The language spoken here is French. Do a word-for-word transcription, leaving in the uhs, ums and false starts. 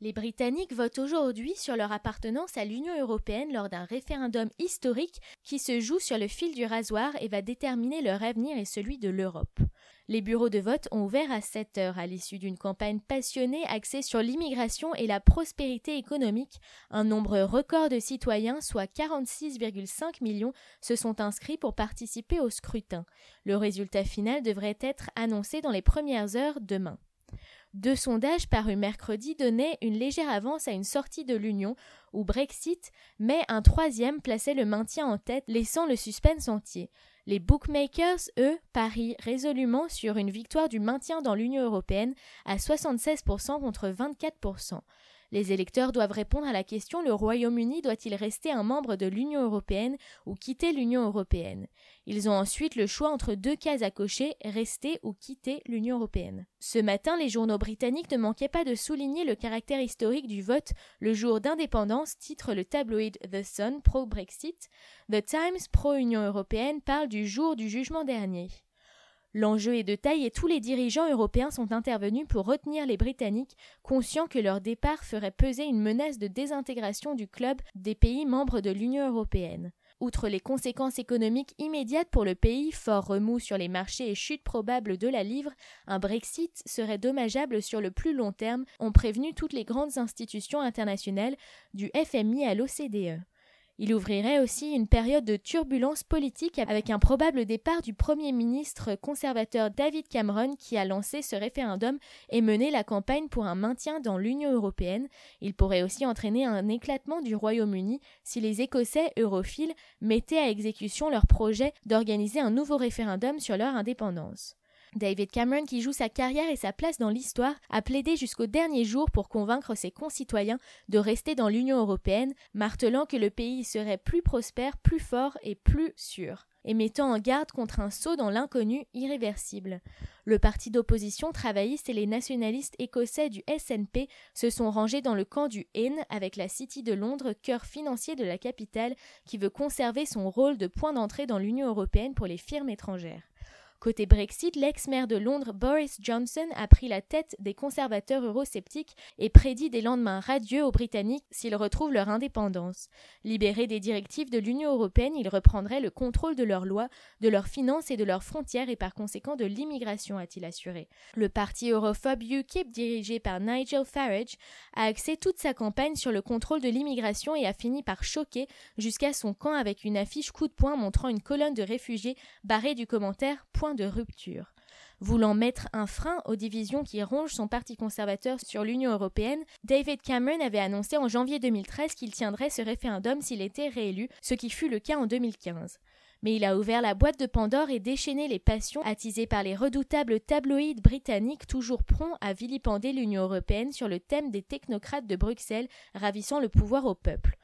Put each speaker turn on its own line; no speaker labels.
Les Britanniques votent aujourd'hui sur leur appartenance à l'Union européenne lors d'un référendum historique qui se joue sur le fil du rasoir et va déterminer leur avenir et celui de l'Europe. Les bureaux de vote ont ouvert à sept heures à l'issue d'une campagne passionnée axée sur l'immigration et la prospérité économique. Un nombre record de citoyens, soit quarante-six virgule cinq millions, se sont inscrits pour participer au scrutin. Le résultat final devrait être annoncé dans les premières heures demain. Deux sondages parus mercredi donnaient une légère avance à une sortie de l'Union, ou Brexit, mais un troisième plaçait le maintien en tête, laissant le suspense entier. Les bookmakers, eux, parient résolument sur une victoire du maintien dans l'Union européenne à soixante-seize pour cent contre vingt-quatre pour cent. Les électeurs doivent répondre à la question: le Royaume-Uni doit-il rester un membre de l'Union européenne ou quitter l'Union européenne? Ils ont ensuite le choix entre deux cases à cocher: rester ou quitter l'Union européenne. Ce matin, les journaux britanniques ne manquaient pas de souligner le caractère historique du vote. Le jour d'indépendance, titre le tabloïd The Sun pro-Brexit. The Times pro-Union européenne parle du jour du jugement dernier. L'enjeu est de taille et tous les dirigeants européens sont intervenus pour retenir les Britanniques, conscients que leur départ ferait peser une menace de désintégration du club des pays membres de l'Union européenne. Outre les conséquences économiques immédiates pour le pays, fort remous sur les marchés et chute probable de la livre, un Brexit serait dommageable sur le plus long terme, ont prévenu toutes les grandes institutions internationales, du F M I à l'O C D E. Il ouvrirait aussi une période de turbulence politique avec un probable départ du Premier ministre conservateur David Cameron qui a lancé ce référendum et mené la campagne pour un maintien dans l'Union européenne. Il pourrait aussi entraîner un éclatement du Royaume-Uni si les Écossais europhiles mettaient à exécution leur projet d'organiser un nouveau référendum sur leur indépendance. David Cameron, qui joue sa carrière et sa place dans l'histoire, a plaidé jusqu'au dernier jour pour convaincre ses concitoyens de rester dans l'Union européenne, martelant que le pays serait plus prospère, plus fort et plus sûr, et mettant en garde contre un saut dans l'inconnu irréversible. Le parti d'opposition travailliste et les nationalistes écossais du S N P se sont rangés dans le camp du N avec la City de Londres, cœur financier de la capitale, qui veut conserver son rôle de point d'entrée dans l'Union européenne pour les firmes étrangères. Côté Brexit, l'ex-maire de Londres Boris Johnson a pris la tête des conservateurs eurosceptiques et prédit des lendemains radieux aux Britanniques s'ils retrouvent leur indépendance. Libérés des directives de l'Union européenne, ils reprendraient le contrôle de leurs lois, de leurs finances et de leurs frontières et par conséquent de l'immigration, a-t-il assuré. Le parti europhobe U K I P, dirigé par Nigel Farage, a axé toute sa campagne sur le contrôle de l'immigration et a fini par choquer jusqu'à son camp avec une affiche coup de poing montrant une colonne de réfugiés barrée du commentaire « point de rupture ». Voulant mettre un frein aux divisions qui rongent son parti conservateur sur l'Union européenne, David Cameron avait annoncé en janvier deux mille treize qu'il tiendrait ce référendum s'il était réélu, ce qui fut le cas en deux mille quinze. Mais il a ouvert la boîte de Pandore et déchaîné les passions attisées par les redoutables tabloïds britanniques toujours prompts à vilipender l'Union européenne sur le thème des technocrates de Bruxelles ravissant le pouvoir au peuple.